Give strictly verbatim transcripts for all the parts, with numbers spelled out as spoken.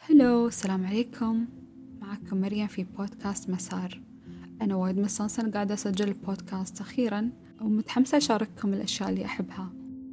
هلو، السلام عليكم. معكم مريم في بودكاست مسار. أنا وايد مستانسة قاعدة أسجل البودكاست أخيرا ومتحمسة أشارككم الأشياء اللي أحبها.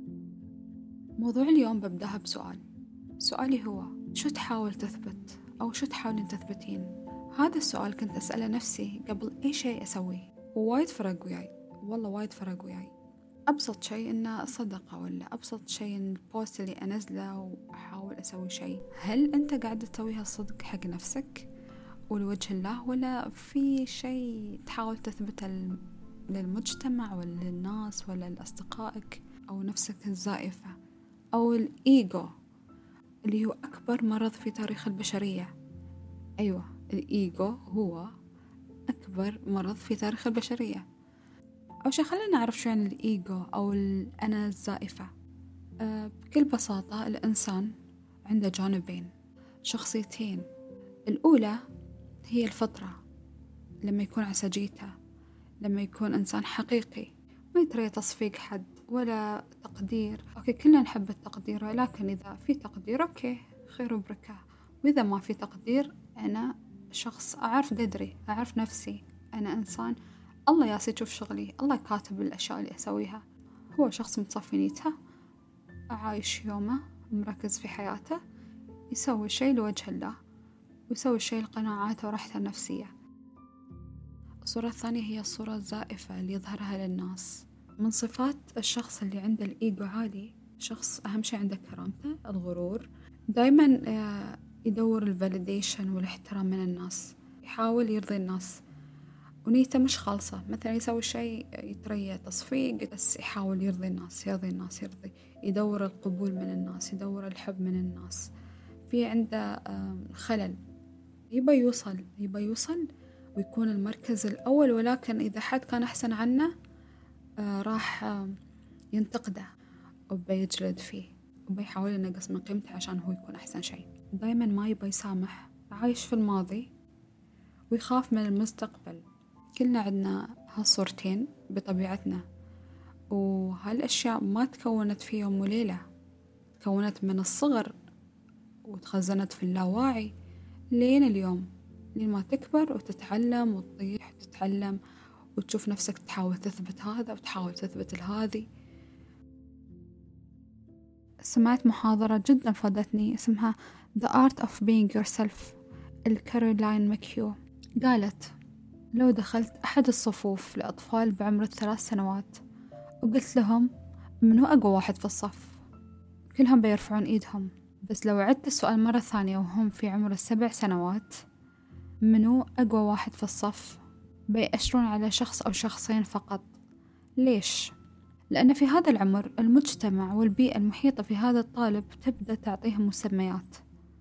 موضوع اليوم ببدأها بسؤال. سؤالي هو: شو تحاول تثبت أو شو تحاولين تثبتين؟ هذا السؤال كنت أسأله نفسي قبل أي شيء أسويه، ووايد فرق وياي، والله وايد فرق وياي. أبسط شيء إنه الصدقة، ولا أبسط شيء إن البوست اللي أنزله وأحاول أسوي شيء. هل أنت قاعد تسويها صدق حق نفسك ولوجه الله، ولا في شيء تحاول تثبته للمجتمع ولا للناس ولا لأصدقائك أو نفسك الزائفة أو الإيجو اللي هو أكبر مرض في تاريخ البشرية؟ أيوة، الإيجو هو أكبر مرض في تاريخ البشرية. أول شيء خلينا نعرف شو يعني الإيجو أو الأنا الزائفة. أه بكل بساطة الإنسان عنده جانبين، شخصيتين. الأولى هي الفطرة، لما يكون عسجيته، لما يكون إنسان حقيقي ما يتري تصفيق حد ولا تقدير. أوكي، كلنا نحب التقدير، ولكن إذا في تقدير أوكي خير وبركة، وإذا ما في تقدير أنا شخص أعرف قدري، أعرف نفسي، أنا إنسان الله ياسي يشوف شغلي، الله كاتب الأشياء اللي أسويها. هو شخص متصفي نيته، عايش يومه، مركز في حياته، يسوي شيء لوجه الله ويسوي شيء لقناعاته وراحته النفسية. الصورة الثانية هي الصورة الزائفة اللي يظهرها للناس. من صفات الشخص اللي عنده الإيجو عالي، شخص أهم شيء عنده كرامته، الغرور، دايما يدور الفاليديشن والاحترام من الناس، يحاول يرضي الناس ونيته مش خالصة. مثلا يسوي شيء يتريى تصفيق بس يحاول يرضي الناس، يرضي الناس يرضي يدور القبول من الناس، يدور الحب من الناس. في عنده خلل، يبى يوصل يبى يوصل ويكون المركز الأول، ولكن إذا حد كان أحسن عنه آه راح آه ينتقده وبيجلد فيه وبيحاول ينقص من قيمته عشان هو يكون أحسن شيء. دايما ما يبى يسامح، عايش في الماضي ويخاف من المستقبل. كلنا عندنا هالصورتين بطبيعتنا، وهالأشياء ما تكونت في يوم وليلة، تكونت من الصغر وتخزنت في اللاواعي لين اليوم، لين ما تكبر وتتعلم وتطيح وتتعلم وتشوف نفسك تحاول تثبت هذا وتحاول تثبت الهذي. سمعت محاضرة جدا فادتني اسمها The Art of Being Yourself الكارولين ماكيو. قالت: لو دخلت أحد الصفوف لأطفال بعمر الثلاث سنوات وقلت لهم منو أقوى واحد في الصف، كلهم بيرفعون إيدهم. بس لو عدت السؤال مرة ثانية وهم في عمر السبع سنوات منو أقوى واحد في الصف، بيأشرون على شخص أو شخصين فقط. ليش؟ لأن في هذا العمر المجتمع والبيئة المحيطة في هذا الطالب تبدأ تعطيهم مسميات: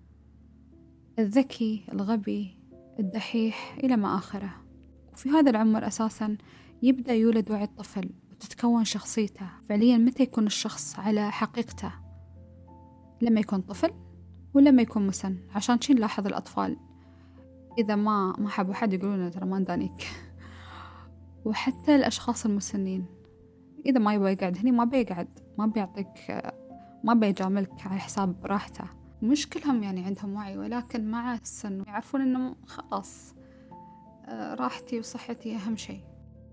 الذكي، الغبي، الدحيح، إلى ما آخره. وفي هذا العمر أساساً يبدأ يولد وعي الطفل وتتكون شخصيته. فعلياً متى يكون الشخص على حقيقته؟ لما يكون طفل ولما يكون مسن. عشان شي نلاحظ الأطفال إذا ما ما حبوا حد يقولون ترى ما ندانيك. وحتى الأشخاص المسنين إذا ما يبغى يقعد هني ما بيقعد، ما بيعطيك، ما بيجاملك على حساب راحته. مش كلهم يعني عندهم وعي، ولكن مع السن يعرفون إنه خلاص راحتي وصحتي أهم شيء.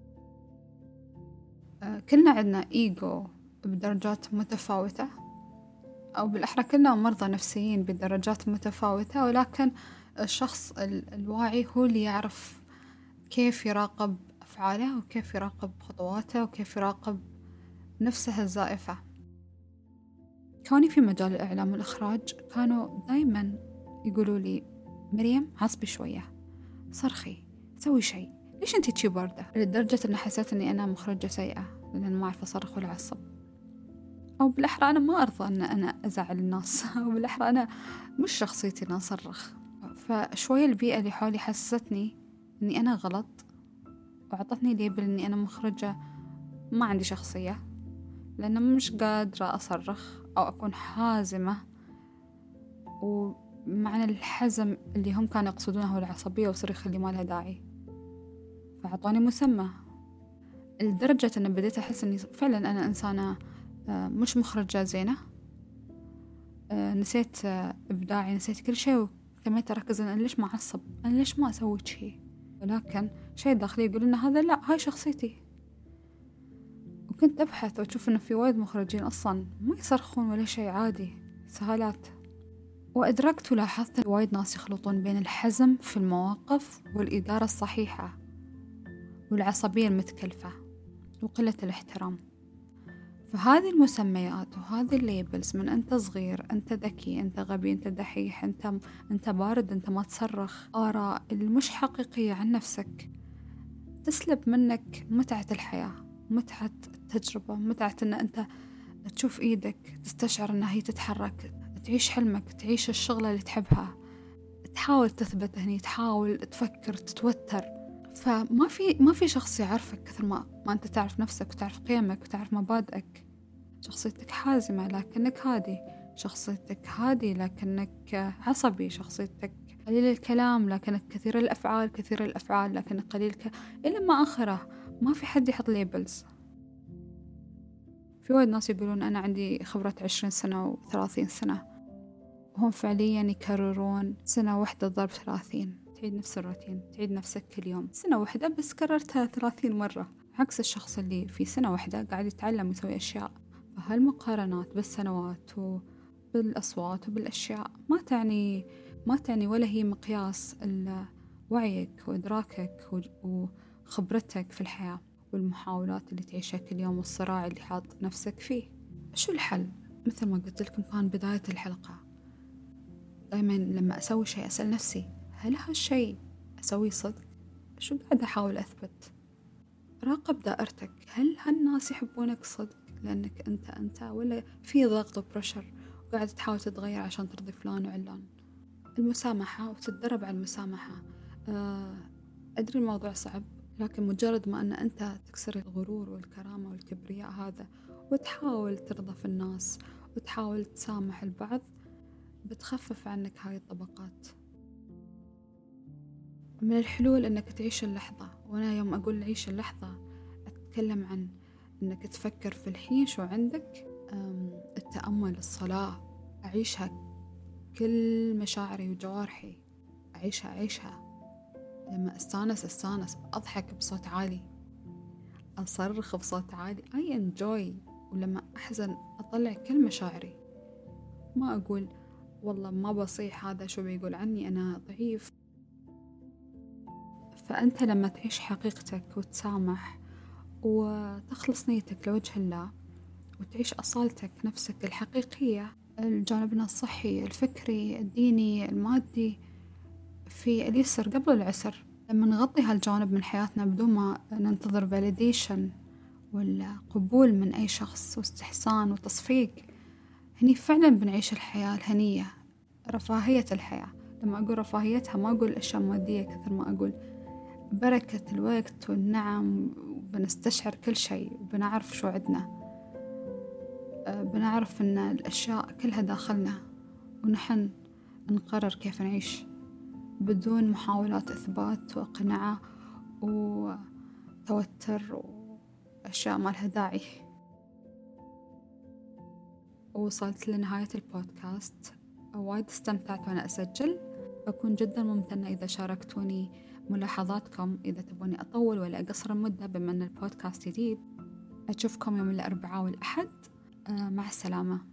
كلنا عندنا إيجو بدرجات متفاوتة، أو بالأحرى كلنا مرضى نفسيين بدرجات متفاوتة، ولكن الشخص الواعي هو اللي يعرف كيف يراقب أفعاله وكيف يراقب خطواته وكيف يراقب نفسه الزائفة. كوني في مجال الإعلام والإخراج كانوا دايما يقولوا لي: مريم عصبي شوية، صرخي، سوي شيء، ليش أنتي تشي باردة؟ لدرجة أن حسيت أني أنا مخرجة سيئة لأن ما أعرف أصرخ ولا أعصب، أو بالأحرى أنا ما أرضى أن أنا أزعل الناس، أو بالأحرى أنا مش شخصيتي أن أصرخ. فشوية البيئة اللي حولي حسستني أني أنا غلط، وعطتني ليبل أني أنا مخرجة ما عندي شخصية، لأن مش قادرة أصرخ أو أكون حازمة. ومعنى الحزم اللي هم كانوا يقصدونه هو العصبية والصريخ اللي ما لها داعي، فعطوني مسمى لدرجة أن بديت أحس أني فعلا أنا إنسانة مش مخرجة زينة. نسيت إبداعي، نسيت كل شيء، كميت أركز أنا ليش ما أعصب، أنا ليش ما أسوي شيء، ولكن شيء داخلي يقول إن هذا لا، هاي شخصيتي. وكنت أبحث وأشوف إنه في وايد مخرجين أصلا ما يصرخون ولا شيء، عادي، سهالات. وأدركت ولاحظت وايد ناس يخلطون بين الحزم في المواقف والإدارة الصحيحة والعصبية المتكلفة وقلة الاحترام. فهذه المسميات وهذه الليبلز من أنت صغير، أنت ذكي، أنت غبي، أنت دحيح، أنت أنت بارد، أنت ما تصرخ، آراء المش حقيقية عن نفسك تسلب منك متعة الحياة، متعة التجربة، متعة أن أنت تشوف إيدك، تستشعر أنها هي تتحرك، تعيش حلمك، تعيش الشغلة اللي تحبها، تحاول تثبت هني، تحاول تفكر، تتوتر. فما في ما في شخص يعرفك كثر ما ما أنت تعرف نفسك وتعرف قيمك وتعرف مبادئك. شخصيتك حازمة لكنك هادي، شخصيتك هادي لكنك عصبي، شخصيتك قليل الكلام لكنك كثير الأفعال، كثير الأفعال لكنك قليل ك... إلى ما آخره. ما في حد يحط ليبلز. في وايد ناس يقولون أنا عندي خبرة عشرين سنة وثلاثين سنة، وهم فعليا يكررون سنة واحدة ضرب ثلاثين، تعيد نفس الروتين، تعيد نفسك كل يوم، سنة واحدة بس كررتها ثلاثين مرة، عكس الشخص اللي في سنة واحدة قاعد يتعلم ويسوي أشياء. فهالمقارنات بالسنوات وبالأصوات وبالأشياء ما تعني ما تعني ولا هي مقياس وعيك وإدراكك وخبرتك في الحياة والمحاولات اللي تعيشها كل يوم والصراع اللي حاط نفسك فيه. شو الحل؟ مثل ما قلت لكم كان بداية الحلقة، دايما لما أسوي شيء أسأل نفسي هل هالشيء أسويه صدق؟ شو قاعد أحاول أثبت؟ راقب دائرتك، هل هالناس يحبونك صدق لأنك أنت أنت ولا في ضغط وبرشر وقاعد تحاول تتغير عشان ترضي فلان وعلان؟ المسامحة وتتدرب على المسامحة. أدري الموضوع صعب، لكن مجرد ما أن أنت تكسر الغرور والكرامة والكبرياء هذا وتحاول ترضى في الناس وتحاول تسامح البعض بتخفف عنك هاي الطبقات. من الحلول أنك تعيش اللحظة، وأنا يوم أقول عيش اللحظة أتكلم عن أنك تفكر في الحين شو عندك، التأمل، الصلاة، أعيشها كل مشاعري وجوارحي، أعيشها أعيشها لما أستانس أستانس، أضحك بصوت عالي، أصرخ بصوت عالي، I enjoy. ولما أحزن أطلع كل مشاعري، ما أقول والله ما بصيح هذا شو بيقول عني أنا ضعيف. فأنت لما تعيش حقيقتك وتسامح وتخلص نيتك لوجه الله وتعيش أصالتك نفسك الحقيقية، الجانبنا الصحي، الفكري، الديني، المادي، في اليسر قبل العسر، لما نغطي هالجانب من حياتنا بدون ما ننتظر validation ولا قبول من أي شخص واستحسان وتصفيق، هني فعلا بنعيش الحياة الهنية، رفاهية الحياة. لما أقول رفاهيتها ما أقول أشياء مادية كثر ما أقول بركة الوقت والنعم، بنستشعر كل شيء، بنعرف شو عدنا، بنعرف أن الأشياء كلها داخلنا ونحن نقرر كيف نعيش بدون محاولات إثبات وقناعة وتوتر وأشياء ما لها داعي. ووصلت لنهاية البودكاست، وايد استمتعت وأنا أسجل. أكون جدا ممتنة إذا شاركتوني ملاحظاتكم، إذا تبوني أطول ولا أقصر المدة بما أن البودكاست جديد. أشوفكم يوم الأربعاء والأحد. آه مع السلامة.